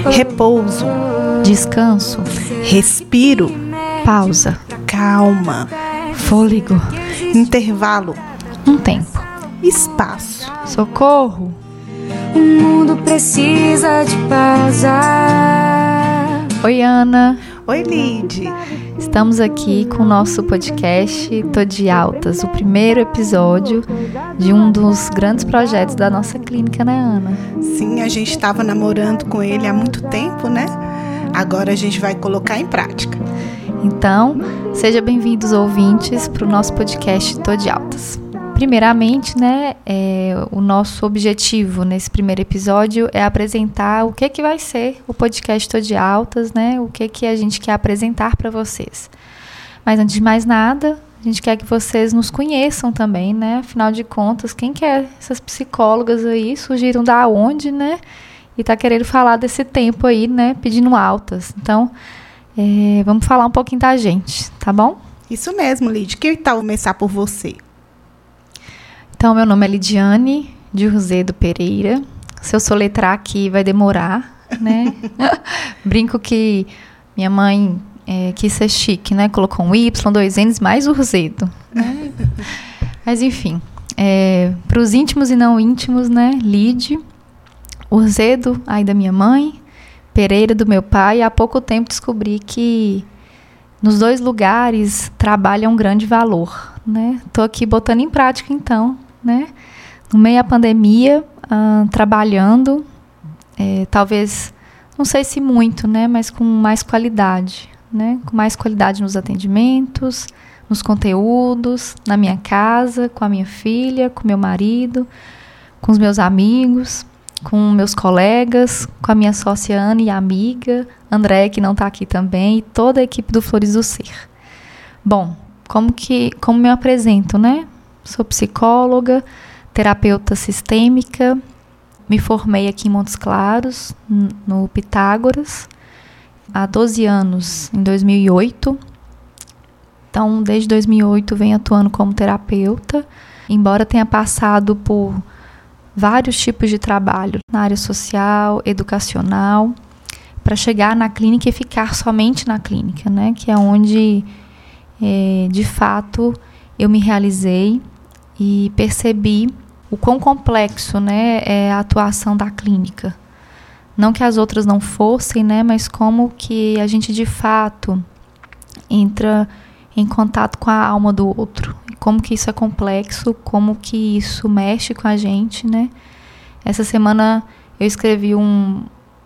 repouso, descanso, respiro, pausa, calma, fôlego, intervalo, um tempo, espaço, socorro. O mundo precisa de pausa. Oi, Ana. Oi, Lid. Estamos aqui com o nosso podcast Tô de Altas, o primeiro episódio de um dos grandes projetos da nossa clínica, né, Ana? Sim, a gente estava namorando com ele há muito tempo, né? Agora a gente vai colocar em prática. Então, sejam bem-vindos, ouvintes, para o nosso podcast Tô de Altas. Primeiramente, né, o nosso objetivo nesse primeiro episódio é apresentar o que vai ser o podcast Tô de Altas, né, o que a gente quer apresentar para vocês. Mas antes de mais nada, a gente quer que vocês nos conheçam também, né, afinal de contas, quem que é essas psicólogas aí, surgiram da onde, né, e tá querendo falar desse tempo aí, né, pedindo altas. Então, vamos falar um pouquinho da gente, tá bom? Isso mesmo, Lid. Que tal começar por você? Então, meu nome é Lidiane de Rosedo Pereira. Se eu soletrar aqui, vai demorar, né? Brinco que minha mãe quis ser chique, né? Colocou um Y, 2 N's, mais o Rosedo, né? Mas, enfim, para os íntimos e não íntimos, né? Lid, Rosedo, aí da minha mãe, Pereira do meu pai. E há pouco tempo descobri que nos dois lugares trabalha um grande valor, né? Estou aqui botando em prática, então, né? No meio da pandemia, trabalhando, talvez, não sei se muito, né? Mas com mais qualidade, né? Com mais qualidade nos atendimentos, nos conteúdos, na minha casa, com a minha filha, com meu marido, com os meus amigos, com meus colegas, com a minha sócia Ana e amiga, André, que não está aqui também, e toda a equipe do Flores do Ser. Bom, como me apresento, né? Sou psicóloga, terapeuta sistêmica, me formei aqui em Montes Claros, no Pitágoras, há 12 anos, em 2008. Então, desde 2008 venho atuando como terapeuta, embora tenha passado por vários tipos de trabalho na área social, educacional, para chegar na clínica e ficar somente na clínica, né? Que é onde, de fato, eu me realizei e percebi o quão complexo, né, é a atuação da clínica. Não que as outras não fossem, né, mas como que a gente, de fato, entra em contato com a alma do outro. Como que isso é complexo, como que isso mexe com a gente, né? Essa semana eu escrevi um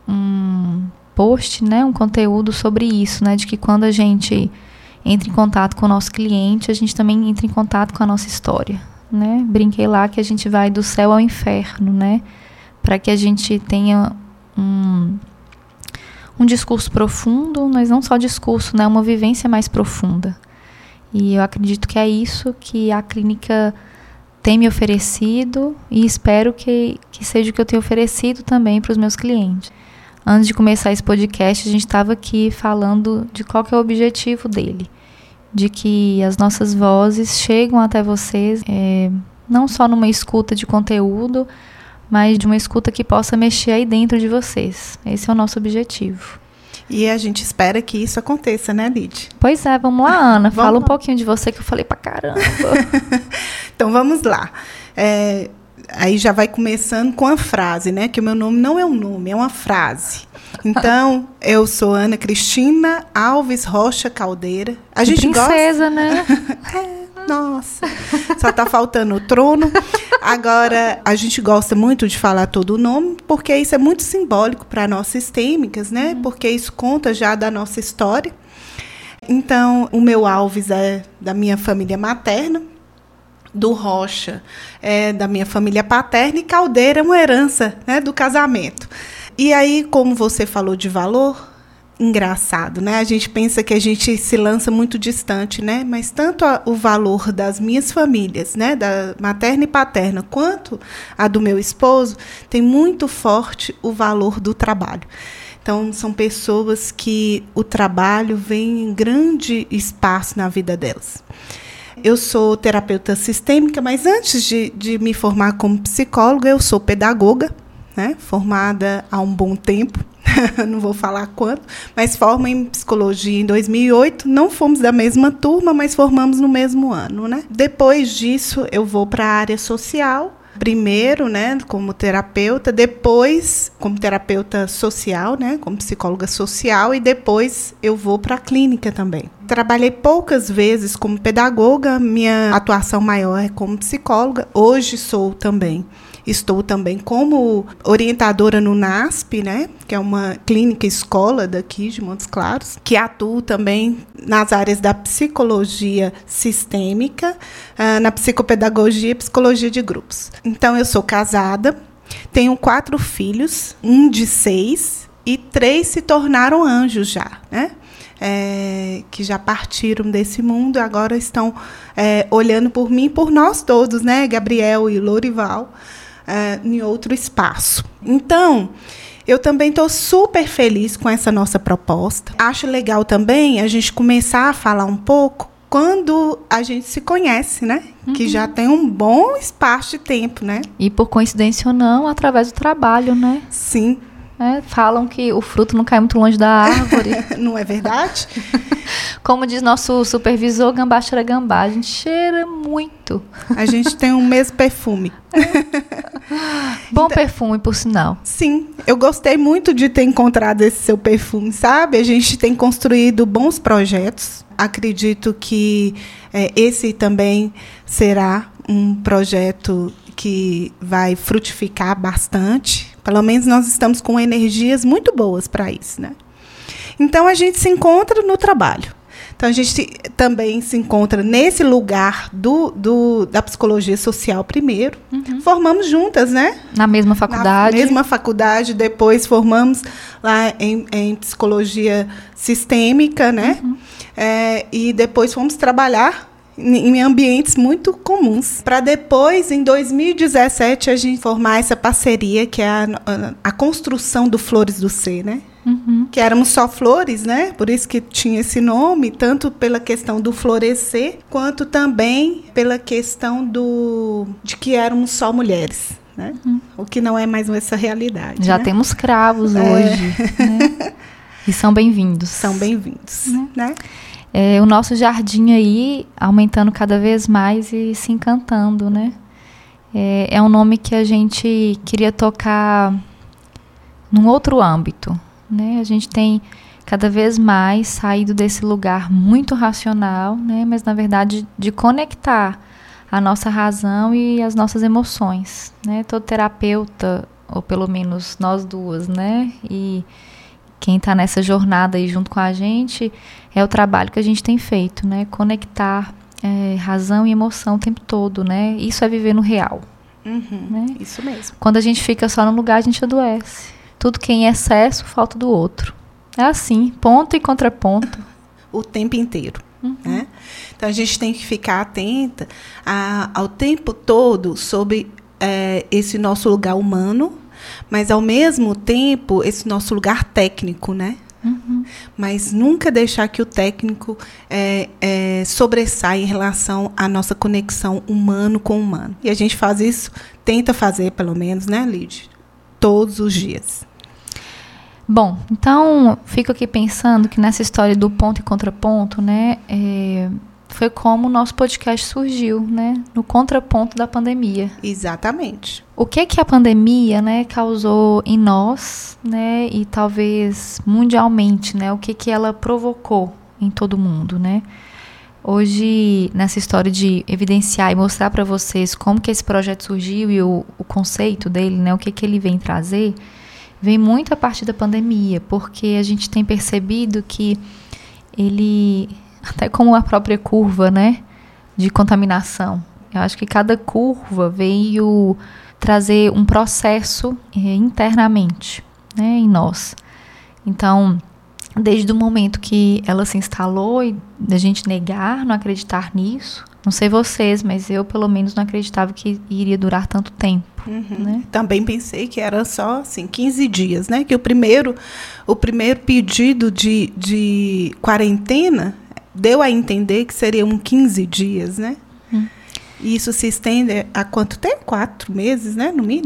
post, né, um conteúdo sobre isso, né, de que quando a gente entra em contato com o nosso cliente, a gente também entra em contato com a nossa história, né? Brinquei lá que a gente vai do céu ao inferno, né? Para que a gente tenha um discurso profundo, mas não só discurso, né? Uma vivência mais profunda. E eu acredito que é isso que a clínica tem me oferecido e espero que seja o que eu tenho oferecido também para os meus clientes. Antes de começar esse podcast, a gente estava aqui falando de qual que é o objetivo dele, de que as nossas vozes chegam até vocês, não só numa escuta de conteúdo, mas de uma escuta que possa mexer aí dentro de vocês. Esse é o nosso objetivo. E a gente espera que isso aconteça, né, Lid? Pois é, vamos lá, Ana. Fala um pouquinho de você, que eu falei pra caramba. Então, vamos lá. Aí já vai começando com a frase, né? Que o meu nome não é um nome, é uma frase. Então, eu sou Ana Cristina Alves Rocha Caldeira. A gente princesa, gosta... né? Nossa, só está faltando o trono. Agora, a gente gosta muito de falar todo o nome, porque isso é muito simbólico para nós sistêmicas, né? Porque isso conta já da nossa história. Então, o meu Alves é da minha família materna, do Rocha é da minha família paterna, e Caldeira é uma herança, né, do casamento. E aí, como você falou de valor, engraçado, né? A gente pensa que a gente se lança muito distante, né? Mas tanto o valor das minhas famílias, né, da materna e paterna, quanto a do meu esposo, tem muito forte o valor do trabalho. Então, são pessoas que o trabalho vem em grande espaço na vida delas. Eu sou terapeuta sistêmica, mas antes de me formar como psicóloga, eu sou pedagoga, né, formada há um bom tempo. não vou falar quanto, mas formo em psicologia em 2008. Não fomos da mesma turma, mas formamos no mesmo ano, né? Depois disso, eu vou para a área social. Primeiro, né, como terapeuta, depois como terapeuta social, né, como psicóloga social, e depois eu vou para a clínica também. Trabalhei poucas vezes como pedagoga, minha atuação maior é como psicóloga. Hoje estou também como orientadora no NASP, né, que é uma clínica escola daqui de Montes Claros, que atuo também nas áreas da psicologia sistêmica, na psicopedagogia e psicologia de grupos. Então, eu sou casada, tenho 4 filhos, 1 de 6 e 3 se tornaram anjos já, né? Que já partiram desse mundo, agora estão olhando por mim e por nós todos, né? Gabriel e Lorival, em outro espaço. Então, eu também estou super feliz com essa nossa proposta. Acho legal também a gente começar a falar um pouco quando a gente se conhece, né? Que já tem um bom espaço de tempo, né? E por coincidência ou não, através do trabalho, né? Sim. Falam que o fruto não cai muito longe da árvore. Não é verdade? Como diz nosso supervisor, gambá cheira gambá. A gente cheira muito. A gente tem o mesmo perfume. Bom perfume, por sinal. Sim, eu gostei muito de ter encontrado esse seu perfume, sabe? A gente tem construído bons projetos. Acredito que esse também será um projeto que vai frutificar bastante. Pelo menos nós estamos com energias muito boas para isso, né? Então, a gente se encontra no trabalho. Então, a gente também se encontra nesse lugar da psicologia social primeiro. Formamos juntas, né? Na mesma faculdade. Na mesma faculdade. Depois, formamos lá em psicologia sistêmica, né? E depois fomos trabalhar em ambientes muito comuns. Para depois, em 2017, a gente formar essa parceria, que é a construção do Flores do Ser, né? Que éramos só flores, né? Por isso que tinha esse nome, tanto pela questão do florescer, quanto também pela questão de que éramos só mulheres, né? O que não é mais essa realidade. Já né? temos cravos hoje, né? E são bem-vindos. São bem-vindos, né? O nosso jardim aí aumentando cada vez mais e se encantando, né? É um nome que a gente queria tocar num outro âmbito, né? A gente tem cada vez mais saído desse lugar muito racional, né? Mas, na verdade, de conectar a nossa razão e as nossas emoções, né? Todo terapeuta, ou pelo menos nós duas, né? E quem está nessa jornada aí junto com a gente, é o trabalho que a gente tem feito, né? Conectar razão e emoção o tempo todo, né? Isso é viver no real. Né? Isso mesmo. Quando a gente fica só num lugar, a gente adoece. Tudo que é em excesso, falta do outro. É assim, ponto e contraponto. O tempo inteiro. Né? Então, a gente tem que ficar atenta ao tempo todo sobre esse nosso lugar humano, mas, ao mesmo tempo, esse nosso lugar técnico, né? Mas nunca deixar que o técnico sobressaia em relação à nossa conexão humano com humano. E a gente faz isso, tenta fazer, pelo menos, né, Lídia? Todos os dias. Bom, então, fico aqui pensando que nessa história do ponto e contraponto, né, foi como o nosso podcast surgiu, né, no contraponto da pandemia. Exatamente. O que a pandemia, né, causou em nós, né, e talvez mundialmente, né, o que ela provocou em todo mundo, né? Hoje, nessa história de evidenciar e mostrar para vocês como que esse projeto surgiu e o conceito dele, né, o que ele vem trazer, vem muito a partir da pandemia, porque a gente tem percebido que ele, até como a própria curva, né, de contaminação, eu acho que cada curva veio trazer um processo internamente, né, em nós. Então, desde o momento que ela se instalou e da gente negar, não acreditar nisso, não sei vocês, mas eu pelo menos não acreditava que iria durar tanto tempo. Né? Também pensei que era só assim, 15 dias, né? Que o primeiro pedido de quarentena deu a entender que seriam 15 dias, né? E isso se estende a quanto tempo? 4 meses, né? No mínimo.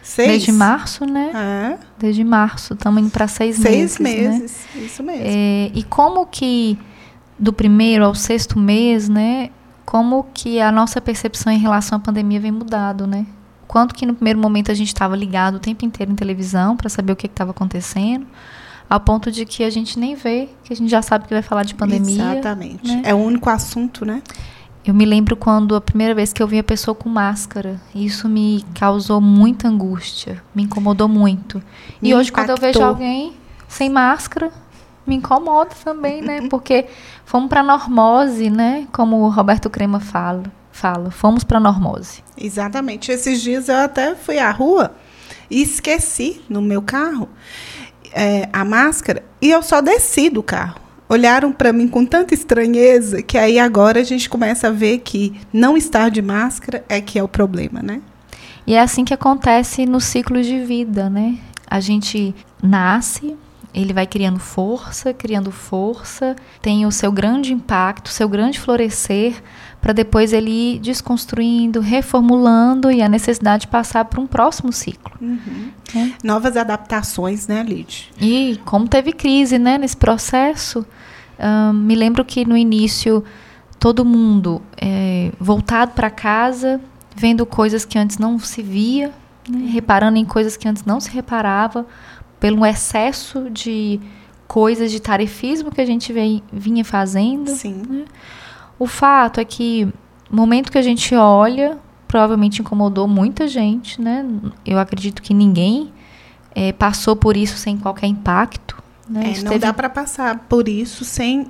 6? Desde março, né? É. Desde março, estamos indo para 6 meses. 6 meses, né? Isso mesmo. E como que, do primeiro ao 6º mês, né? Como que a nossa percepção em relação à pandemia vem mudado, né? Quanto que no primeiro momento a gente estava ligado o tempo inteiro em televisão para saber o que estava acontecendo, ao ponto de que a gente nem vê, que a gente já sabe que vai falar de pandemia. Exatamente. Né? É o único assunto, né? Eu me lembro quando a primeira vez que eu vi a pessoa com máscara, isso me causou muita angústia, me incomodou muito. E hoje, quando eu vejo alguém sem máscara, me incomoda também, né? Porque fomos para normose, né? Como o Roberto Crema fala, fomos para normose. Exatamente. Esses dias eu até fui à rua e esqueci no meu carro a máscara e eu só desci do carro. Olharam para mim com tanta estranheza que aí agora a gente começa a ver que não estar de máscara é que é o problema, né? E é assim que acontece no ciclo de vida, né? A gente nasce, ele vai criando força, tem o seu grande impacto, o seu grande florescer, para depois ele ir desconstruindo, reformulando e a necessidade de passar para um próximo ciclo. Uhum. Né? Novas adaptações, né, Lid? E como teve crise, né, nesse processo, me lembro que no início todo mundo voltado para casa, vendo coisas que antes não se via, né, reparando em coisas que antes não se reparava, pelo excesso de coisas de tarefismo que a gente vinha fazendo. Sim. Né? O fato é que no momento que a gente olha, provavelmente incomodou muita gente, né? Eu acredito que ninguém passou por isso sem qualquer impacto. Né? Não dá para passar por isso sem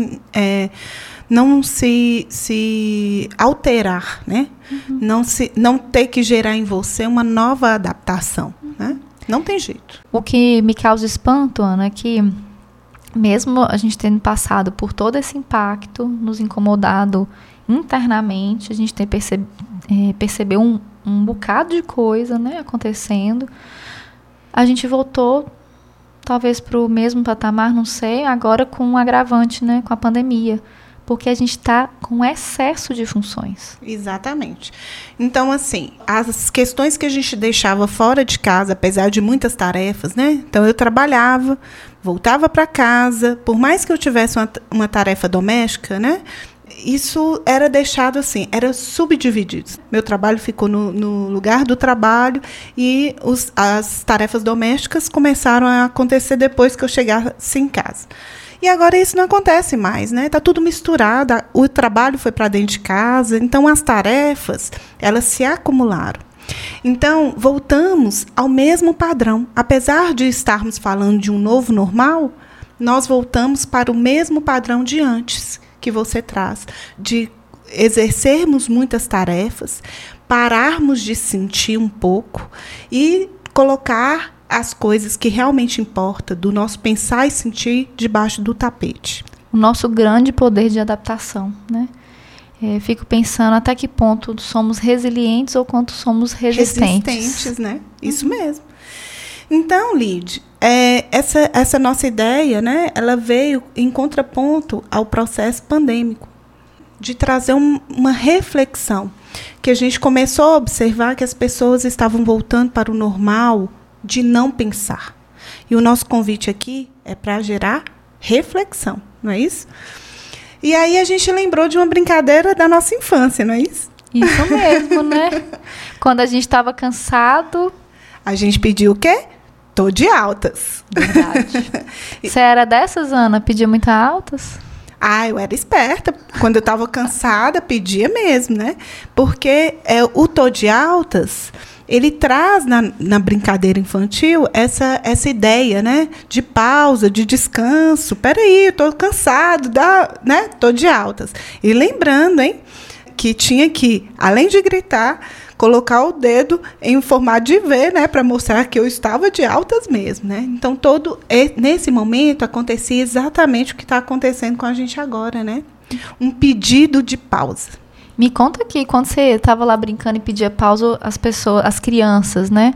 não se alterar, né? Uhum. Não ter que gerar em você uma nova adaptação, né? Não tem jeito. O que me causa espanto, Ana, é que mesmo a gente tendo passado por todo esse impacto, nos incomodado internamente, a gente tem percebeu um bocado de coisa, né, acontecendo. A gente voltou, talvez, para o mesmo patamar, não sei, agora com um agravante, né, com a pandemia. Porque a gente está com excesso de funções. Exatamente. Então, assim, as questões que a gente deixava fora de casa, apesar de muitas tarefas, né? Então, eu trabalhava, voltava para casa, por mais que eu tivesse uma tarefa doméstica, né? Isso era deixado assim, era subdividido. Meu trabalho ficou no lugar do trabalho e as tarefas domésticas começaram a acontecer depois que eu chegasse em casa. E agora isso não acontece mais, né? Está tudo misturado, o trabalho foi para dentro de casa, então as tarefas, elas se acumularam. Então, voltamos ao mesmo padrão. Apesar de estarmos falando de um novo normal, nós voltamos para o mesmo padrão de antes que você traz, de exercermos muitas tarefas, pararmos de sentir um pouco e colocar as coisas que realmente importam, do nosso pensar e sentir, debaixo do tapete. O nosso grande poder de adaptação, né? Fico pensando até que ponto somos resilientes ou quanto somos resistentes. Resistentes, né? Isso mesmo. Então, Lid, essa nossa ideia, né, ela veio em contraponto ao processo pandêmico, de trazer uma reflexão, que a gente começou a observar que as pessoas estavam voltando para o normal, de não pensar. E o nosso convite aqui é para gerar reflexão, não é isso? E aí a gente lembrou de uma brincadeira da nossa infância, não é isso? Isso mesmo, né? Quando a gente estava cansado... A gente pediu o quê? Tô de altas. Verdade. Você era dessas, Ana? Pedia muitas altas? Eu era esperta. Quando eu estava cansada, pedia mesmo, né? Porque o tô de altas... Ele traz na brincadeira infantil essa ideia, né, de pausa, de descanso. Peraí, eu estou cansado, né, estou de altas. E lembrando, hein, que tinha que, além de gritar, colocar o dedo em formato de V, né, para mostrar que eu estava de altas mesmo, né? Então, nesse momento acontecia exatamente o que está acontecendo com a gente agora, né? Um pedido de pausa. Me conta aqui, quando você estava lá brincando e pedia pausa, as crianças, né?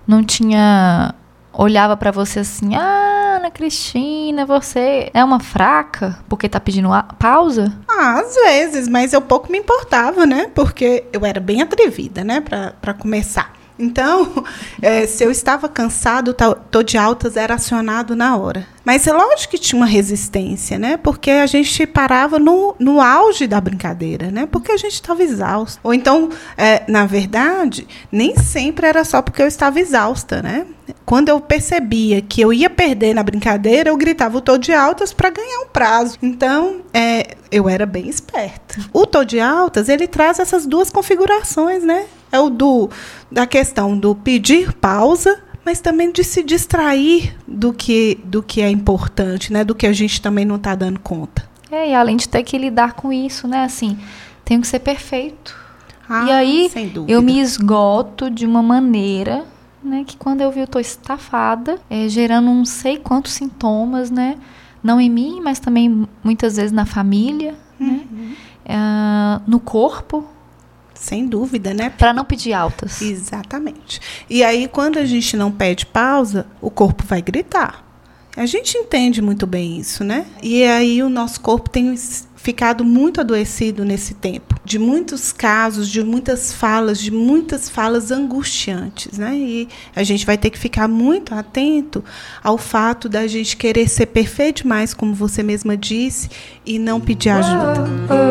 Olhava para você assim, Ana Cristina, você é uma fraca porque tá pedindo pausa? Às vezes, mas eu pouco me importava, né? Porque eu era bem atrevida, né? Para começar. Então, se eu estava cansado, o Tô de Altas era acionado na hora. Mas é lógico que tinha uma resistência, né? Porque a gente parava no auge da brincadeira, né? Porque a gente estava exausto. Ou então, na verdade, nem sempre era só porque eu estava exausta, né? Quando eu percebia que eu ia perder na brincadeira, eu gritava o Tô de Altas para ganhar um prazo. Então, eu era bem esperta. O Tô de Altas, ele traz essas duas configurações, né? É o da questão do pedir pausa, mas também de se distrair do que é importante, né? Do que a gente também não está dando conta. E além de ter que lidar com isso, né? Assim, tenho que ser perfeito. E aí, sem dúvida, eu me esgoto de uma maneira, né? Que quando eu vi, eu estou estafada, gerando não sei quantos sintomas, né? Não em mim, mas também muitas vezes na família, né? No corpo. Sem dúvida, né? Para não pedir altas. Exatamente. E aí, quando a gente não pede pausa, o corpo vai gritar. A gente entende muito bem isso, né? E aí o nosso corpo tem ficado muito adoecido nesse tempo. De muitos casos, de muitas falas angustiantes, né? E a gente vai ter que ficar muito atento ao fato da gente querer ser perfeito demais, como você mesma disse, e não pedir ajuda.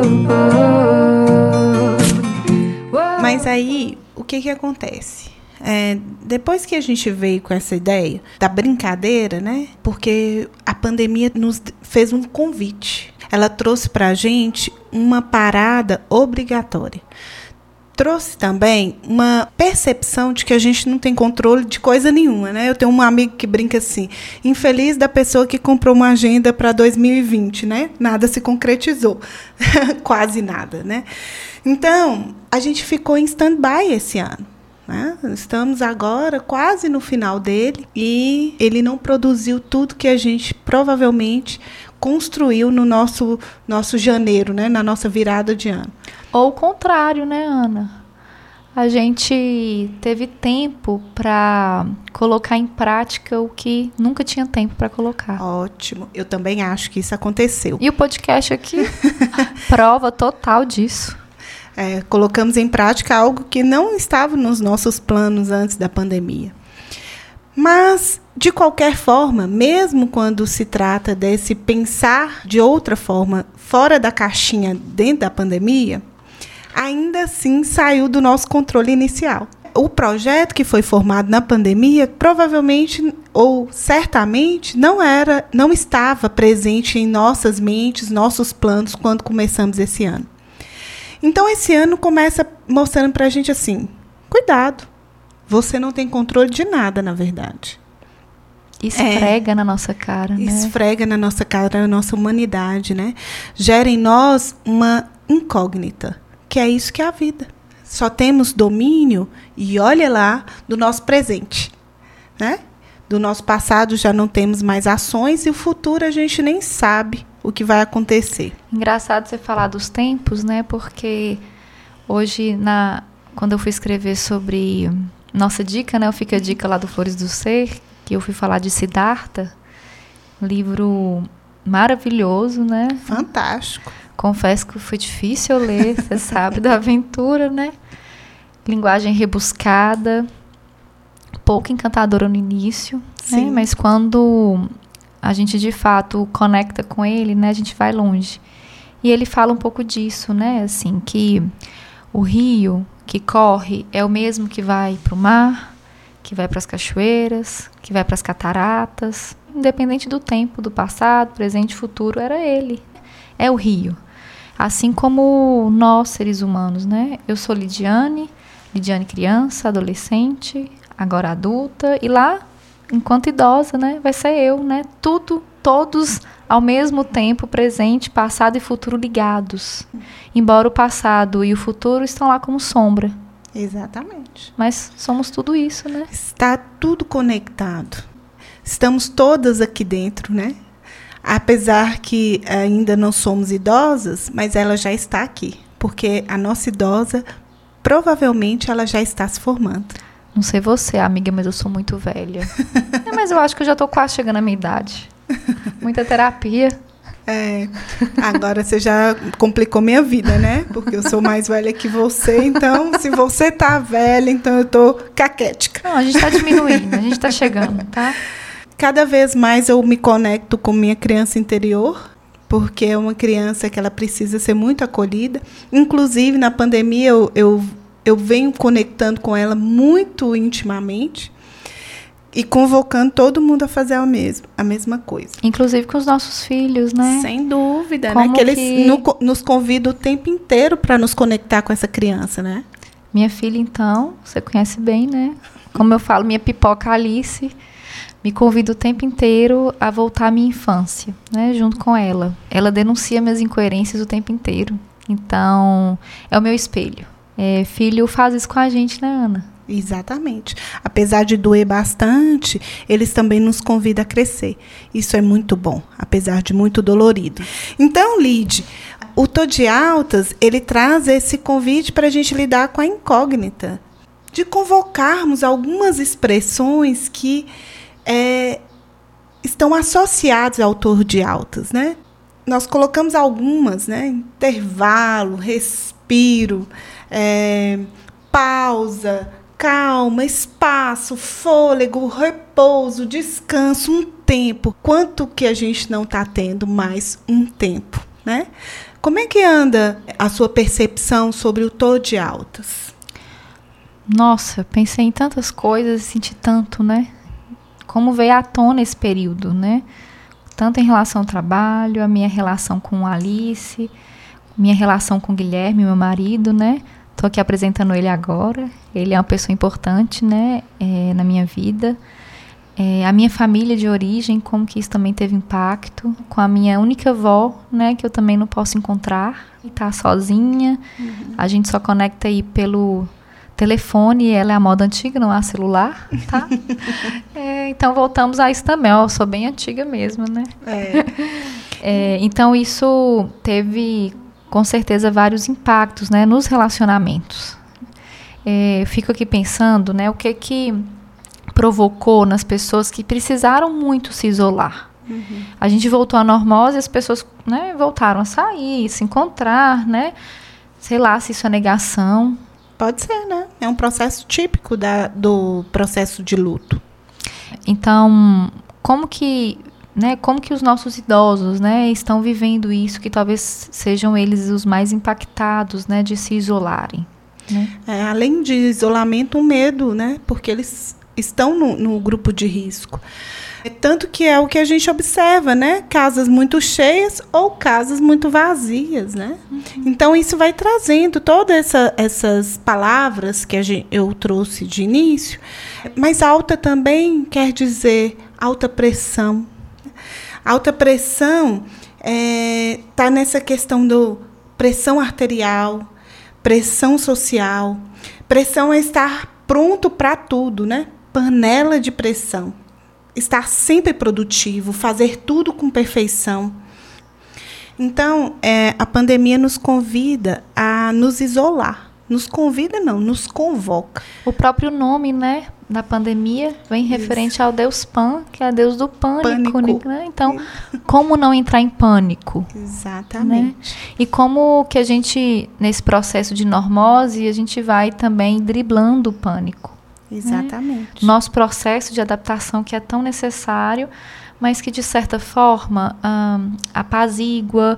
Mas aí, o que acontece? Depois que a gente veio com essa ideia da brincadeira, né? Porque a pandemia nos fez um convite. Ela trouxe para a gente uma parada obrigatória. Trouxe também uma percepção de que a gente não tem controle de coisa nenhuma, né? Eu tenho um amigo que brinca assim, infeliz da pessoa que comprou uma agenda para 2020, né? Nada se concretizou, quase nada, né? Então, a gente ficou em stand-by esse ano, né? Estamos agora quase no final dele e ele não produziu tudo que a gente provavelmente construiu no nosso janeiro, né? Na nossa virada de ano. Ou o contrário, né, Ana? A gente teve tempo para colocar em prática o que nunca tinha tempo para colocar. Ótimo. Eu também acho que isso aconteceu. E o podcast aqui, prova total disso. Colocamos em prática algo que não estava nos nossos planos antes da pandemia. Mas, de qualquer forma, mesmo quando se trata desse pensar de outra forma, fora da caixinha dentro da pandemia, ainda assim saiu do nosso controle inicial. O projeto que foi formado na pandemia provavelmente ou certamente não estava presente em nossas mentes, nossos planos quando começamos esse ano. Então, esse ano começa mostrando para a gente assim, cuidado, você não tem controle de nada, na verdade. Esfrega na nossa cara, né? Esfrega na nossa cara, na nossa humanidade, né? Gera em nós uma incógnita, que é isso que é a vida. Só temos domínio, e olha lá, do nosso presente, né? Do nosso passado já não temos mais ações, e o futuro a gente nem sabe o que vai acontecer. Engraçado você falar dos tempos, né? Porque hoje, quando eu fui escrever sobre nossa dica, né? Fica a dica lá do Flores do Ser, que eu fui falar de Siddhartha, um livro maravilhoso, né? Fantástico. Confesso que foi difícil eu ler, você sabe, da aventura, né? Linguagem rebuscada, pouco encantadora no início, né? Mas quando a gente de fato conecta com ele, né? A gente vai longe. E ele fala um pouco disso, né? Assim, que o rio que corre é o mesmo que vai para o mar, que vai para as cachoeiras, que vai para as cataratas. Independente do tempo, do passado, presente e futuro, era ele. É o rio. Assim como nós, seres humanos, né? Eu sou Lidiane criança, adolescente, agora adulta. E lá, enquanto idosa, né? Vai ser eu, né? Todos ao mesmo tempo, presente, passado e futuro ligados. Embora o passado e o futuro estão lá como sombra. Exatamente. Mas somos tudo isso, né? Está tudo conectado. Estamos todas aqui dentro, né? Apesar que ainda não somos idosas, mas ela já está aqui. Porque a nossa idosa, provavelmente, ela já está se formando. Não sei você, amiga, mas eu sou muito velha. Mas eu acho que eu já estou quase chegando à minha idade. Muita terapia. Agora você já complicou minha vida, né? Porque eu sou mais velha que você, então, se você tá velha, então eu tô caquética. Não, a gente tá diminuindo, a gente tá chegando, tá? Cada vez mais eu me conecto com minha criança interior, porque é uma criança que ela precisa ser muito acolhida. Inclusive, na pandemia, eu venho conectando com ela muito intimamente e convocando todo mundo a fazer a mesma coisa. Inclusive com os nossos filhos, né? Sem dúvida, Como né? Que eles nos convidam o tempo inteiro para nos conectar com essa criança, né? Minha filha, então, você conhece bem, né? Como eu falo, minha pipoca Alice me convida o tempo inteiro a voltar à minha infância, né? Junto com ela. Ela denuncia minhas incoerências o tempo inteiro. Então, é o meu espelho. Filho faz isso com a gente, né, Ana? Exatamente. Apesar de doer bastante, eles também nos convidam a crescer. Isso é muito bom, apesar de muito dolorido. Então, Lide, o Tô de Altas, ele traz esse convite para a gente lidar com a incógnita, de convocarmos algumas expressões que estão associadas ao Tô de Altas, né? Nós colocamos algumas, né? Intervalo, respiro, pausa, calma, espaço, fôlego, repouso, descanso, um tempo. Quanto que a gente não está tendo mais um tempo, né? Como é que anda a sua percepção sobre o Tô de Altas? Nossa, pensei em tantas coisas e senti tanto, né? Como veio à tona esse período, né? Tanto em relação ao trabalho, a minha relação com a Alice, minha relação com o Guilherme, meu marido, né? Estou aqui apresentando ele agora. Ele é uma pessoa importante, né, na minha vida. A minha família de origem, como que isso também teve impacto. Com a minha única avó, né, que eu também não posso encontrar. E tá sozinha. Uhum. A gente só conecta aí pelo telefone. Ela é a moda antiga, não há celular, tá? Então, voltamos a isso também. Eu sou bem antiga mesmo, né? Então, isso teve... com certeza, vários impactos, né, nos relacionamentos. Fico aqui pensando, né, o que provocou nas pessoas que precisaram muito se isolar. Uhum. A gente voltou à normose e as pessoas, né, voltaram a sair, se encontrar, né? Sei lá se isso é negação. Pode ser, né? É um processo típico do processo de luto. Então, como que os nossos idosos, né, estão vivendo isso, que talvez sejam eles os mais impactados, né, de se isolarem, né? Além de isolamento, um medo, né, porque eles estão no grupo de risco. Tanto que é o que a gente observa, né, casas muito cheias ou casas muito vazias, né? Uhum. Então, isso vai trazendo todas essas palavras que eu trouxe de início, mas alta também quer dizer alta pressão. Alta pressão está nessa questão do pressão arterial, pressão social. Pressão é estar pronto para tudo, né? Panela de pressão. Estar sempre produtivo, fazer tudo com perfeição. Então, a pandemia nos convida a nos isolar. Nos convida, não, nos convoca. O próprio nome, né, da pandemia vem referente ao Deus Pan, que é Deus do pânico. Né? Então, como não entrar em pânico? Exatamente. Né? E como que a gente, nesse processo de normose, a gente vai também driblando o pânico. Exatamente. Né? Nosso processo de adaptação que é tão necessário, mas que, de certa forma, apazigua,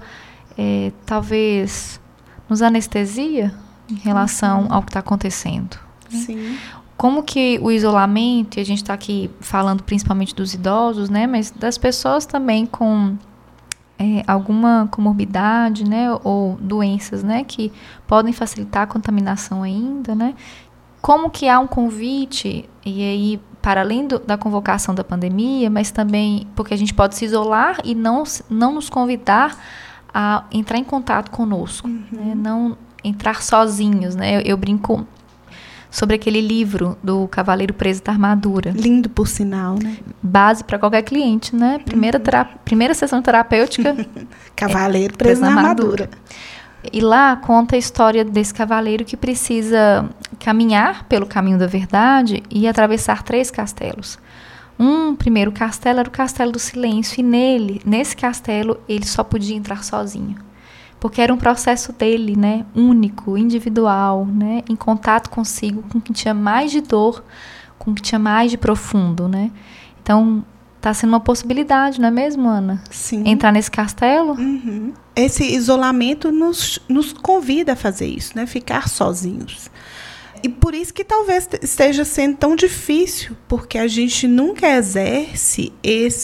talvez nos anestesia em relação ao que está acontecendo. Sim. Como que o isolamento, e a gente está aqui falando principalmente dos idosos, né, mas das pessoas também com alguma comorbidade, né, ou doenças, né, que podem facilitar a contaminação ainda, né? Como que há um convite, e aí, para além da convocação da pandemia, mas também porque a gente pode se isolar e não nos convidar a entrar em contato conosco, né? Não entrar sozinhos, né? Eu brinco sobre aquele livro do Cavaleiro Preso da Armadura. Lindo, por sinal, né? Base para qualquer cliente, né? Primeira sessão terapêutica. Cavaleiro Preso na Armadura. E lá conta a história desse cavaleiro que precisa caminhar pelo caminho da verdade e atravessar 3 castelos. Um primeiro castelo era o castelo do silêncio, e nesse castelo, ele só podia entrar sozinho. Porque era um processo dele, né, único, individual, né, em contato consigo, com o que tinha mais de dor, com o que tinha mais de profundo, né. Então, está sendo uma possibilidade, não é mesmo, Ana? Sim. Entrar nesse castelo? Uhum. Esse isolamento nos convida a fazer isso, né, ficar sozinhos. E por isso que talvez esteja sendo tão difícil, porque a gente nunca exerce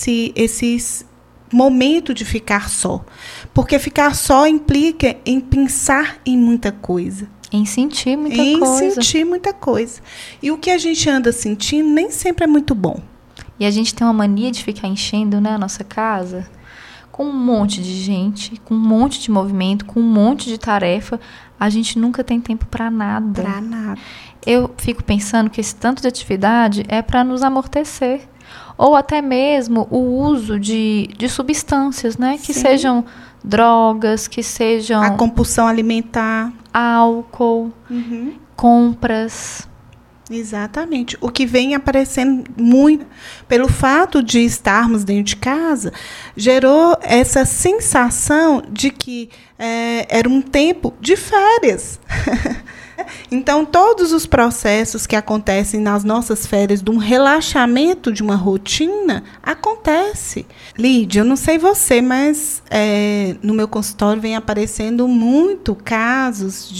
esse momento de ficar só. Porque ficar só implica em pensar em muita coisa. Em sentir muita coisa. Em sentir muita coisa. E o que a gente anda sentindo nem sempre é muito bom. E a gente tem uma mania de ficar enchendo, né, a nossa casa com um monte de gente, com um monte de movimento, com um monte de tarefa. A gente nunca tem tempo para nada. Para nada. Eu fico pensando que esse tanto de atividade é para nos amortecer. Ou até mesmo o uso de substâncias, né? Que Sim. sejam drogas, que sejam A compulsão alimentar. álcool, compras. Exatamente. O que vem aparecendo muito, pelo fato de estarmos dentro de casa, gerou essa sensação de que era um tempo de férias. Então, todos os processos que acontecem nas nossas férias, de um relaxamento de uma rotina, acontece. Lídia, eu não sei você, mas no meu consultório vem aparecendo muito casos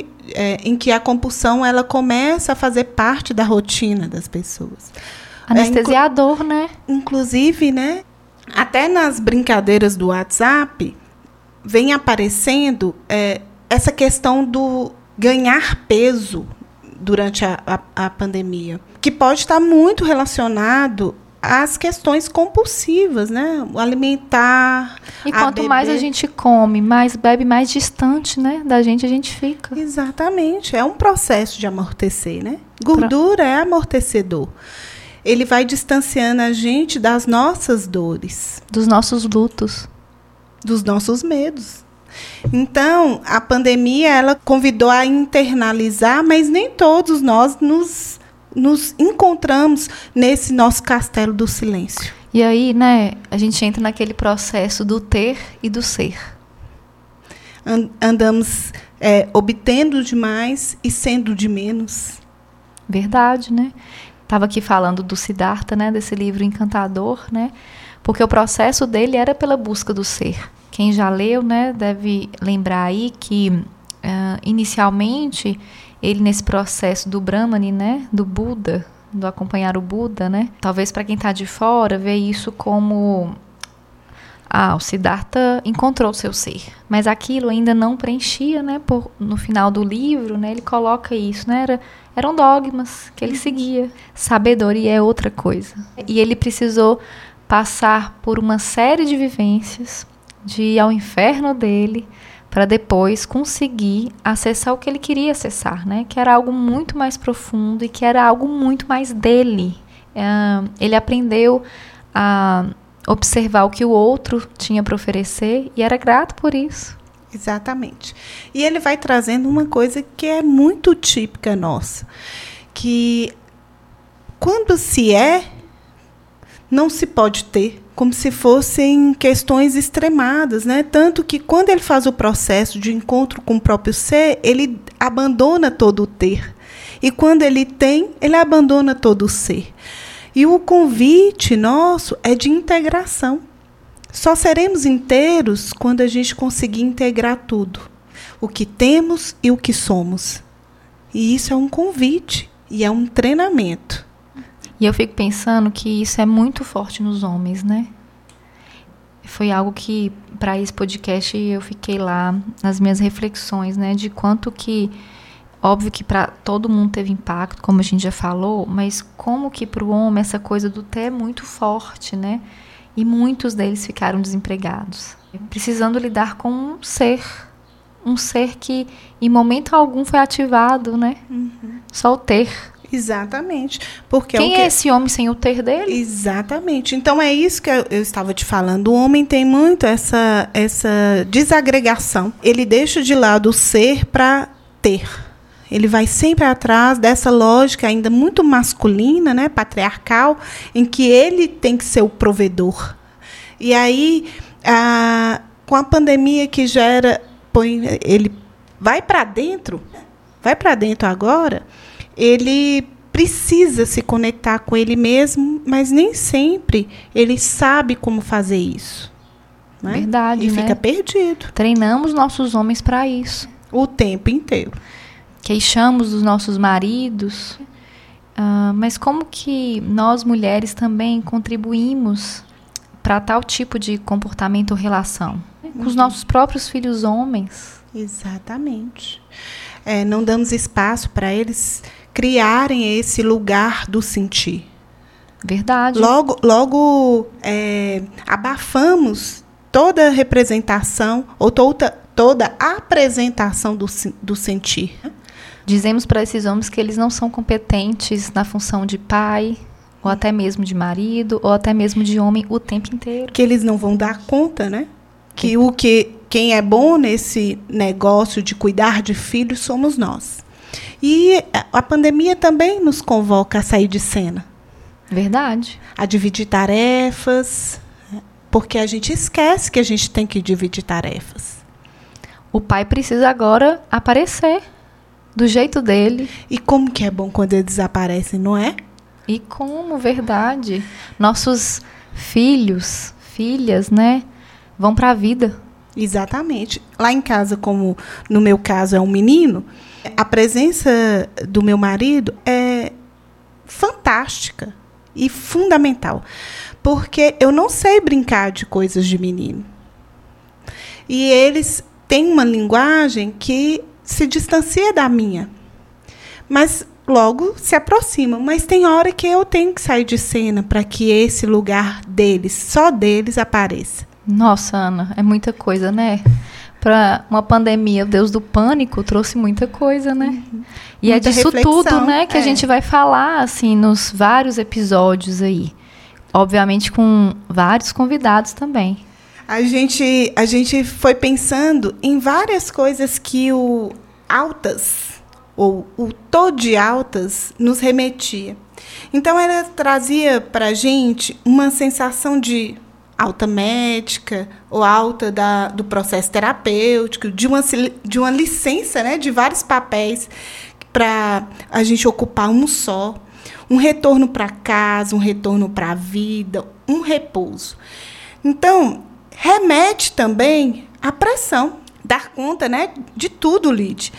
em que a compulsão ela começa a fazer parte da rotina das pessoas. Anestesiador, né? Inclusive, né, até nas brincadeiras do WhatsApp, vem aparecendo essa questão do ganhar peso durante a pandemia, que pode estar muito relacionado às questões compulsivas, né? O alimentar, e quanto mais a gente come, mais bebe, mais distante, né, da gente a gente fica. Exatamente. É um processo de amortecer, né? Gordura é amortecedor. Ele vai distanciando a gente das nossas dores. Dos nossos lutos. Dos nossos medos. Então, a pandemia, ela convidou a internalizar, mas nem todos nós nos encontramos nesse nosso castelo do silêncio. E aí, né, a gente entra naquele processo do ter e do ser. Andamos obtendo demais e sendo de menos. Verdade, né? Estava aqui falando do Siddhartha, né, desse livro encantador, né? Porque o processo dele era pela busca do ser. Quem já leu, né, deve lembrar aí que, inicialmente, ele nesse processo do Brahmani, né, do Buda, do acompanhar o Buda, né, talvez para quem está de fora, vê isso como, o Siddhartha encontrou o seu ser, mas aquilo ainda não preenchia, né, no final do livro, né, ele coloca isso, né, eram dogmas que ele seguia. Sabedoria é outra coisa. E ele precisou passar por uma série de vivências, de ir ao inferno dele, para depois conseguir acessar o que ele queria acessar, né? Que era algo muito mais profundo e que era algo muito mais dele. Ele aprendeu a observar o que o outro tinha para oferecer e era grato por isso. Exatamente. E ele vai trazendo uma coisa que é muito típica nossa, que quando se não se pode ter, como se fossem questões extremadas, né? Tanto que quando ele faz o processo de encontro com o próprio ser, ele abandona todo o ter. E quando ele tem, ele abandona todo o ser. E o convite nosso é de integração. Só seremos inteiros quando a gente conseguir integrar tudo. O que temos e o que somos. E isso é um convite e é um treinamento. E eu fico pensando que isso é muito forte nos homens, né? Foi algo que, para esse podcast, eu fiquei lá nas minhas reflexões, né? De quanto que, óbvio que para todo mundo teve impacto, como a gente já falou, mas como que para o homem essa coisa do ter é muito forte, né? E muitos deles ficaram desempregados, precisando lidar com um ser que em momento algum foi ativado, né? Só o ter. Exatamente. Porque quem é esse homem sem o ter dele? Exatamente. Então é isso que eu estava te falando. O homem tem muito essa desagregação. Ele deixa de lado o ser para ter. Ele vai sempre atrás dessa lógica ainda muito masculina, né, patriarcal, em que ele tem que ser o provedor. E aí, com a pandemia que gera, ele vai para dentro agora, ele precisa se conectar com ele mesmo, mas nem sempre ele sabe como fazer isso. Né? Verdade, e né? fica perdido. Treinamos nossos homens para isso. O tempo inteiro. Queixamos dos nossos maridos. Mas como que nós, mulheres, também contribuímos para tal tipo de comportamento ou relação? Com os nossos próprios filhos homens. Exatamente. Não damos espaço para eles criarem esse lugar do sentir. Verdade. Logo abafamos toda a representação ou toda a apresentação do sentir. Dizemos para esses homens que eles não são competentes na função de pai, ou até mesmo de marido, ou até mesmo de homem o tempo inteiro. Que eles não vão dar conta, né? Quem é bom nesse negócio de cuidar de filhos somos nós. E a pandemia também nos convoca a sair de cena. Verdade. A dividir tarefas, porque a gente esquece que a gente tem que dividir tarefas. O pai precisa agora aparecer do jeito dele. E como que é bom quando eles desaparecem, não é? E como, verdade. Nossos filhos, filhas, né, vão para a vida. Exatamente. Lá em casa, como no meu caso é um menino, a presença do meu marido é fantástica e fundamental. Porque eu não sei brincar de coisas de menino. E eles têm uma linguagem que se distancia da minha. Mas logo se aproximam. Mas tem hora que eu tenho que sair de cena para que esse lugar deles, só deles, apareça. Nossa, Ana, é muita coisa, né? Para uma pandemia, o Deus do pânico trouxe muita coisa, né? E muita é disso reflexão, tudo, né, que a gente vai falar, assim, nos vários episódios aí. Obviamente com vários convidados também. A gente foi pensando em várias coisas que o Altas, ou o Tô de Altas, nos remetia. Então, ela trazia para a gente uma sensação de alta médica, ou alta do processo terapêutico, de uma licença, né, de vários papéis para a gente ocupar um só. Um retorno para casa, um retorno para a vida, um repouso. Então, remete também à pressão. Dar conta, né, de tudo, Lide.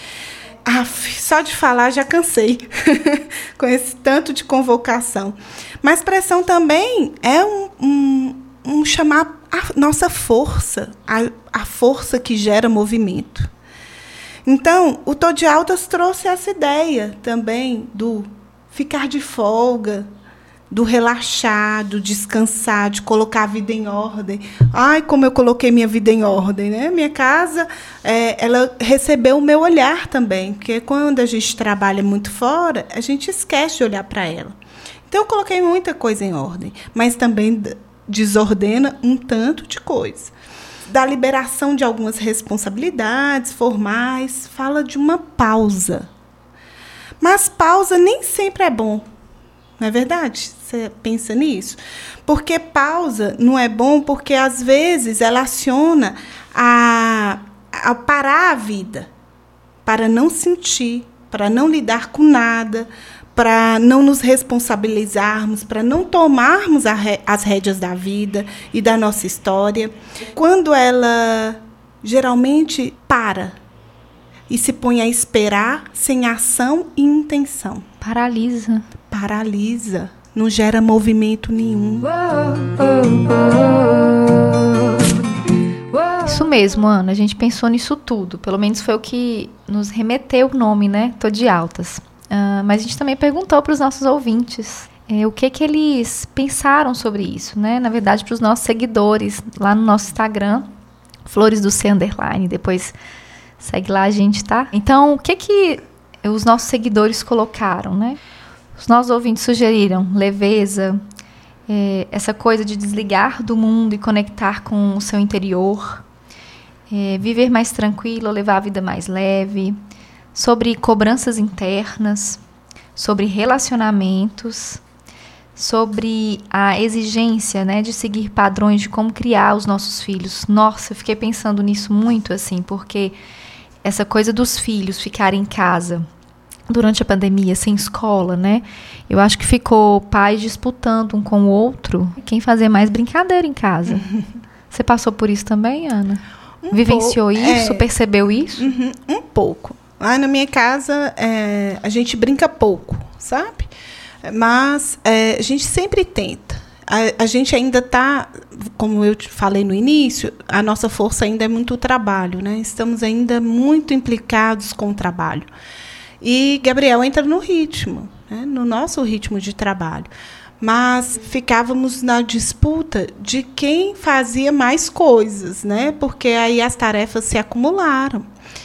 Só de falar já cansei com esse tanto de convocação. Mas pressão também é um chamar a nossa força, a força que gera movimento. Então, o Tô de Altas trouxe essa ideia também do ficar de folga, do relaxar, do descansar, de colocar a vida em ordem. Ai, como eu coloquei minha vida em ordem, né? Minha casa, ela recebeu o meu olhar também, porque quando a gente trabalha muito fora, a gente esquece de olhar para ela. Então, eu coloquei muita coisa em ordem, mas também desordena um tanto de coisa. Da liberação de algumas responsabilidades formais, fala de uma pausa. Mas pausa nem sempre é bom. Não é verdade? Você pensa nisso? Porque pausa não é bom porque, às vezes, ela aciona a parar a vida, para não sentir, para não lidar com nada, para não nos responsabilizarmos, para não tomarmos as rédeas da vida e da nossa história. Quando ela geralmente para e se põe a esperar sem ação e intenção. Paralisa. Paralisa. Não gera movimento nenhum. Isso mesmo, Ana. A gente pensou nisso tudo. Pelo menos foi o que nos remeteu o nome, né? Tô de Altas. Mas a gente também perguntou para os nossos ouvintes o que eles pensaram sobre isso, né? Na verdade, para os nossos seguidores lá no nosso Instagram, Flores do C _. Depois segue lá a gente, tá? Então, o que os nossos seguidores colocaram, né? Os nossos ouvintes sugeriram leveza, essa coisa de desligar do mundo e conectar com o seu interior, viver mais tranquilo, levar a vida mais leve, sobre cobranças internas, sobre relacionamentos, sobre a exigência, né, de seguir padrões de como criar os nossos filhos. Nossa, eu fiquei pensando nisso muito, assim, porque essa coisa dos filhos ficarem em casa durante a pandemia, sem escola, né? Eu acho que ficou pais disputando um com o outro quem fazer mais brincadeira em casa. Você passou por isso também, Ana? Vivenciou isso? Percebeu isso? Um pouco. Lá na minha casa, a gente brinca pouco, sabe? Mas a gente sempre tenta. A gente ainda está, como eu te falei no início, a nossa força ainda é muito o trabalho, né? Estamos ainda muito implicados com o trabalho. E Gabriel entra no ritmo, né? No nosso ritmo de trabalho. Mas ficávamos na disputa de quem fazia mais coisas, né? Porque aí as tarefas se acumularam.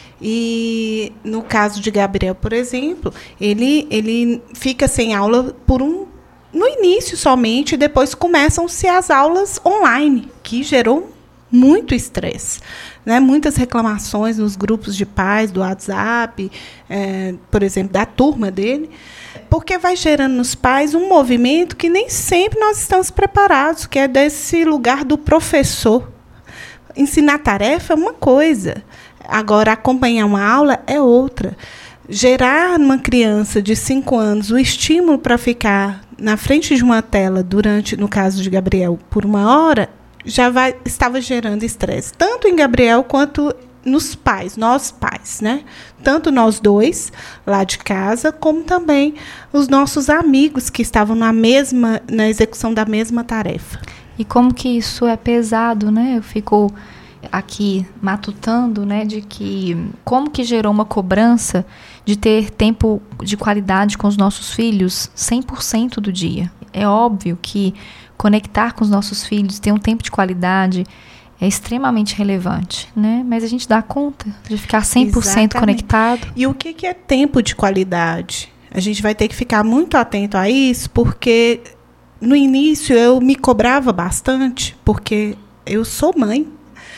E no caso de Gabriel, por exemplo, ele fica sem aula no início somente, e depois começam-se as aulas online, que gerou muito estresse, né? Muitas reclamações nos grupos de pais do WhatsApp, por exemplo, da turma dele, porque vai gerando nos pais um movimento que nem sempre nós estamos preparados, que é desse lugar do professor. Ensinar tarefa é uma coisa, agora acompanhar uma aula é outra. Gerar numa criança de 5 anos o estímulo para ficar na frente de uma tela durante, no caso de Gabriel, por 1 hora, estava gerando estresse, tanto em Gabriel quanto nos pais, nós pais, né? Tanto nós dois, lá de casa, como também os nossos amigos que estavam na execução da mesma tarefa. E como que isso é pesado, né? Eu fico aqui matutando, né, de que como que gerou uma cobrança de ter tempo de qualidade com os nossos filhos 100% do dia. É óbvio que conectar com os nossos filhos, ter um tempo de qualidade é extremamente relevante, né? Mas a gente dá conta de ficar 100% Exatamente. Conectado. E o que é tempo de qualidade? A gente vai ter que ficar muito atento a isso, porque no início eu me cobrava bastante, porque eu sou mãe.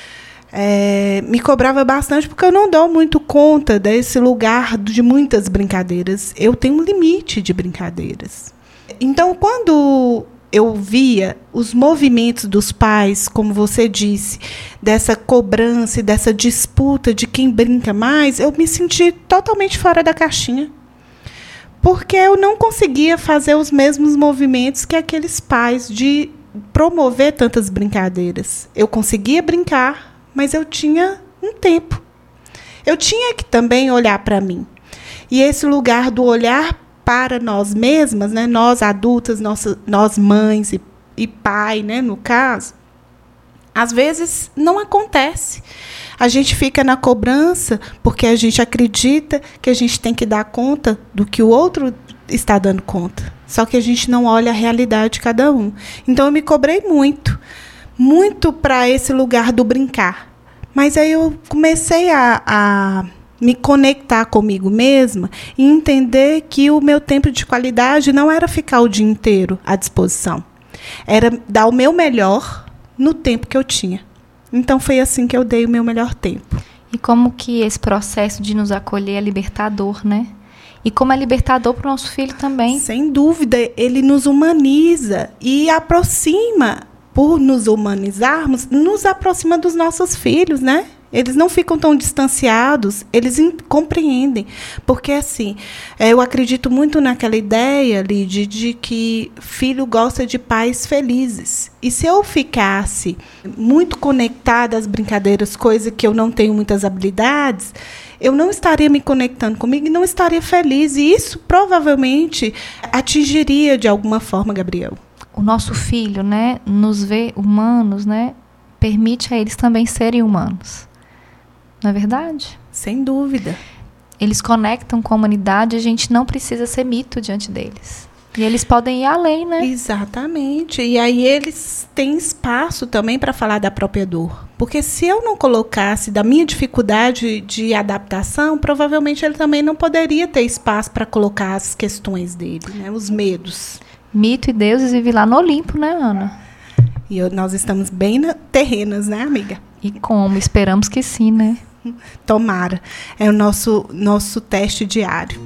Me cobrava bastante porque eu não dou muito conta desse lugar de muitas brincadeiras. Eu tenho um limite de brincadeiras. Então, quando eu via os movimentos dos pais, como você disse, dessa cobrança e dessa disputa de quem brinca mais, eu me senti totalmente fora da caixinha. Porque eu não conseguia fazer os mesmos movimentos que aqueles pais de promover tantas brincadeiras. Eu conseguia brincar, mas eu tinha um tempo. Eu tinha que também olhar para mim. E esse lugar do olhar para nós mesmas, né, nós adultas, nós mães e pai, né, no caso, às vezes não acontece. A gente fica na cobrança porque a gente acredita que a gente tem que dar conta do que o outro está dando conta. Só que a gente não olha a realidade de cada um. Então, eu me cobrei muito para esse lugar do brincar. Mas aí eu comecei a me conectar comigo mesma e entender que o meu tempo de qualidade não era ficar o dia inteiro à disposição. Era dar o meu melhor no tempo que eu tinha. Então, foi assim que eu dei o meu melhor tempo. E como que esse processo de nos acolher é libertador, né? E como é libertador para o nosso filho também. Sem dúvida, ele nos humaniza e aproxima. Por nos humanizarmos, nos aproxima dos nossos filhos, né? Eles não ficam tão distanciados, eles compreendem. Porque, assim, eu acredito muito naquela ideia, Lídia, de que filho gosta de pais felizes. E se eu ficasse muito conectada às brincadeiras, coisa que eu não tenho muitas habilidades, eu não estaria me conectando comigo e não estaria feliz. E isso provavelmente atingiria de alguma forma Gabriel. O nosso filho, né, nos vê humanos, né, permite a eles também serem humanos. Não é verdade? Sem dúvida. Eles conectam com a humanidade, a gente não precisa ser mito diante deles. E eles podem ir além, né? Exatamente. E aí eles têm espaço também para falar da própria dor. Porque se eu não colocasse da minha dificuldade de adaptação, provavelmente ele também não poderia ter espaço para colocar as questões dele, né? Os medos. Mito e deuses vivem lá no Olimpo, né, Ana? E nós estamos bem terrenas, né, amiga? E como? Esperamos que sim, né? Tomara. É o nosso teste diário.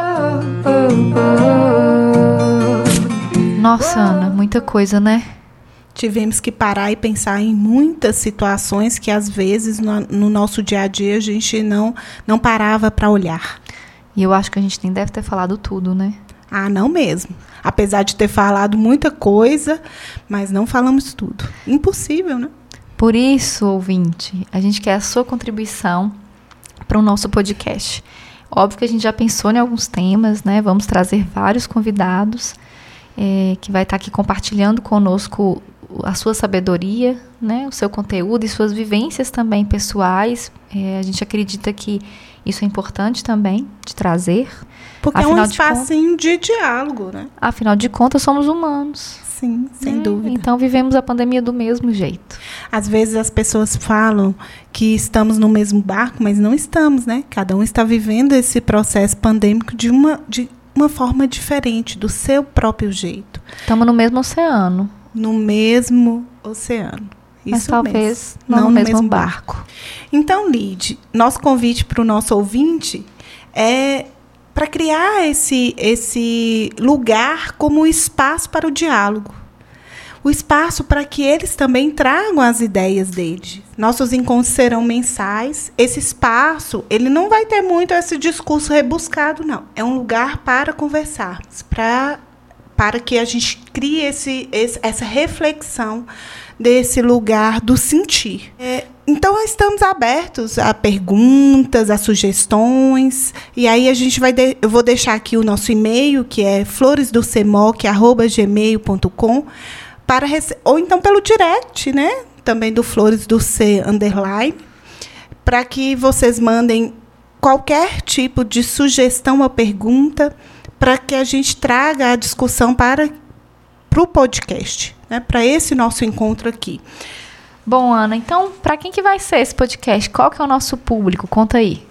Nossa, Ana, muita coisa, né? Tivemos que parar e pensar em muitas situações que, às vezes, no nosso dia a dia, a gente não parava para olhar. E eu acho que a gente nem deve ter falado tudo, né? Ah, não mesmo. Apesar de ter falado muita coisa, mas não falamos tudo. Impossível, né? Por isso, ouvinte, a gente quer a sua contribuição para o nosso podcast. Óbvio que a gente já pensou em alguns temas, né? Vamos trazer vários convidados que vai estar aqui compartilhando conosco a sua sabedoria, né? O seu conteúdo e suas vivências também pessoais. A gente acredita que isso é importante também de trazer. Porque afinal é um espacinho de diálogo, né? Afinal de contas, somos humanos. Sim, sem dúvida. Então, vivemos a pandemia do mesmo jeito. Às vezes as pessoas falam que estamos no mesmo barco, mas não estamos, né? Cada um está vivendo esse processo pandêmico de uma forma diferente, do seu próprio jeito. Estamos no mesmo oceano. No mesmo oceano. Mas Isso talvez mesmo. não no mesmo barco. Então, Lide, nosso convite para o nosso ouvinte é para criar esse lugar como espaço para o diálogo. O espaço para que eles também tragam as ideias deles. Nossos encontros serão mensais. Esse espaço, ele não vai ter muito esse discurso rebuscado, não. É um lugar para conversarmos, para que a gente crie essa reflexão desse lugar do sentir. Então, estamos abertos a perguntas, a sugestões. E aí, eu vou deixar aqui o nosso e-mail, que é floresdocemoc@gmail.com, ou então pelo direct, né? Também do Flores do C _, para que vocês mandem qualquer tipo de sugestão ou pergunta, para que a gente traga a discussão para o podcast, né? Para esse nosso encontro aqui. Bom, Ana, então, para quem que vai ser esse podcast? Qual que é o nosso público? Conta aí.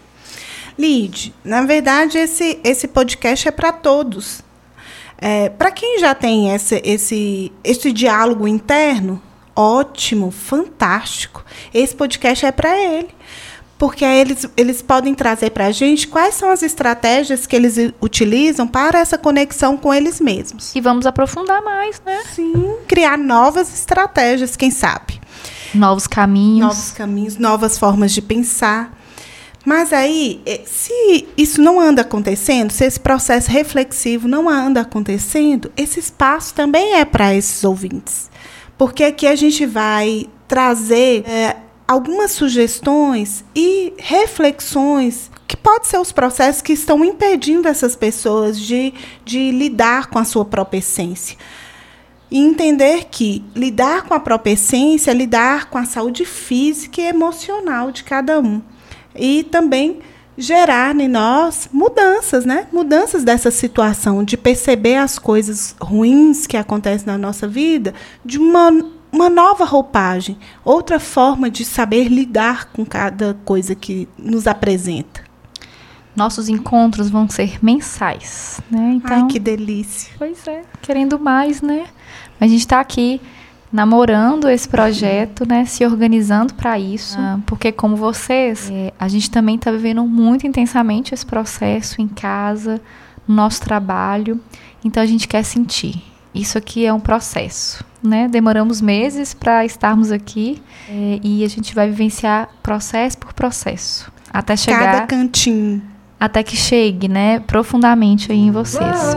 Lide, na verdade, esse podcast é para todos. Para quem já tem esse diálogo interno, ótimo, fantástico. Esse podcast é para ele. Porque aí eles podem trazer para a gente quais são as estratégias que eles utilizam para essa conexão com eles mesmos. E vamos aprofundar mais, né? Sim, criar novas estratégias, quem sabe. Novos caminhos, novas formas de pensar. Mas aí, se isso não anda acontecendo, se esse processo reflexivo não anda acontecendo, esse espaço também é para esses ouvintes. Porque aqui a gente vai trazer algumas sugestões e reflexões que podem ser os processos que estão impedindo essas pessoas de lidar com a sua própria essência. E entender que lidar com a própria essência é lidar com a saúde física e emocional de cada um. E também gerar em nós mudanças, né? Mudanças dessa situação, de perceber as coisas ruins que acontecem na nossa vida de uma nova roupagem, outra forma de saber lidar com cada coisa que nos apresenta. Nossos encontros vão ser mensais, né? Então, ai, que delícia. Pois é, querendo mais, né? A gente está aqui namorando esse projeto, né? Se organizando para isso. Porque, como vocês, a gente também está vivendo muito intensamente esse processo em casa, no nosso trabalho. Então, a gente quer sentir. Isso aqui é um processo, né? Demoramos meses para estarmos aqui e a gente vai vivenciar processo por processo. Até chegar... Cada cantinho. Até que chegue, né? Profundamente aí em vocês.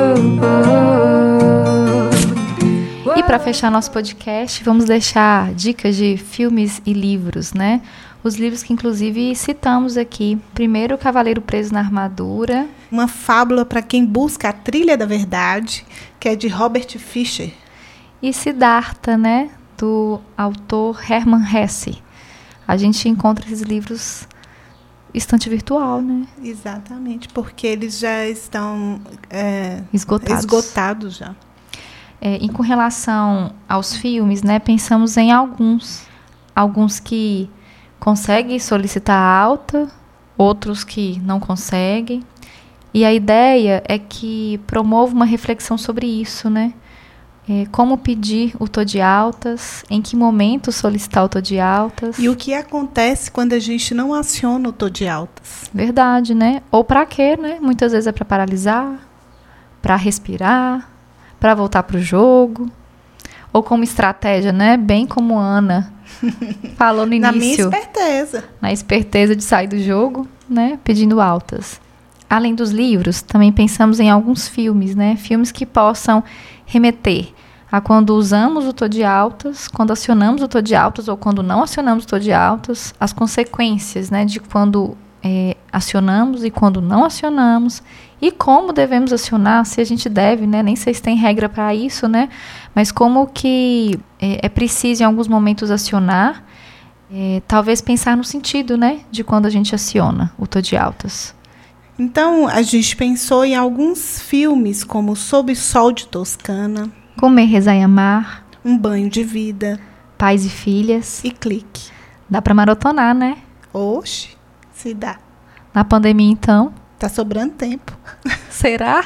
E para fechar nosso podcast, vamos deixar dicas de filmes e livros, né? Os livros que, inclusive, citamos aqui. Primeiro, O Cavaleiro Preso na Armadura. Uma fábula para quem busca a trilha da verdade, que é de Robert Fisher. E Siddhartha, né? Do autor Hermann Hesse. A gente encontra esses livros estante virtual, né? Exatamente, porque eles já estão esgotados já. E com relação aos filmes, né? Pensamos em alguns que conseguem solicitar alta, outros que não conseguem. E a ideia é que promova uma reflexão sobre isso, né? como pedir o Tô de Altas, em que momento solicitar o Tô de Altas. E o que acontece quando a gente não aciona o Tô de Altas? Verdade, né? Ou para quê, né? Muitas vezes é para paralisar, para respirar, para voltar para o jogo, ou como estratégia, né? Bem como a Ana falou no início. Na minha esperteza. Na esperteza de sair do jogo, né? Pedindo altas. Além dos livros, também pensamos em alguns filmes, né? Filmes que possam remeter a quando usamos o Tô de Altas, quando acionamos o Tô de Altas ou quando não acionamos o Tô de Altas, as consequências, né, de quando acionamos e quando não acionamos, e como devemos acionar, se a gente deve, né, nem sei se tem regra para isso, né, mas como que é preciso em alguns momentos acionar, talvez pensar no sentido, né, de quando a gente aciona o Tô de Altas. Então, a gente pensou em alguns filmes como Sob o Sol de Toscana, Comer, Rezar e Amar, Um Banho de Vida, Pais e Filhas. e Clique. Dá para maratonar, né? Oxe, se dá. Na pandemia, então. Tá sobrando tempo. Será?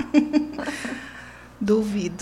Duvido.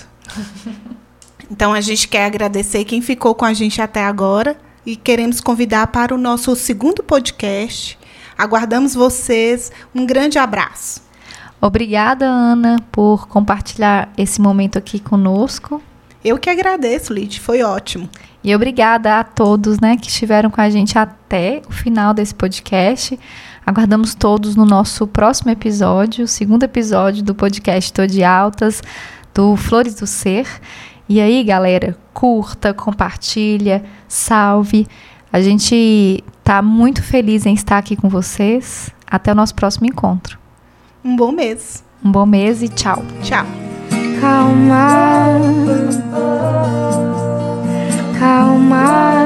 Então, a gente quer agradecer quem ficou com a gente até agora e queremos convidar para o nosso segundo podcast. Aguardamos vocês. Um grande abraço. Obrigada, Ana, por compartilhar esse momento aqui conosco. Eu que agradeço, Lid. Foi ótimo. E obrigada a todos, né, que estiveram com a gente até o final desse podcast. Aguardamos todos no nosso próximo episódio, o segundo episódio do podcast Tô de Altas, do Flores do Ser. E aí, galera, curta, compartilha, salve. A gente tá muito feliz em estar aqui com vocês. Até o nosso próximo encontro. Um bom mês. Um bom mês e tchau. Tchau. Calma, calma.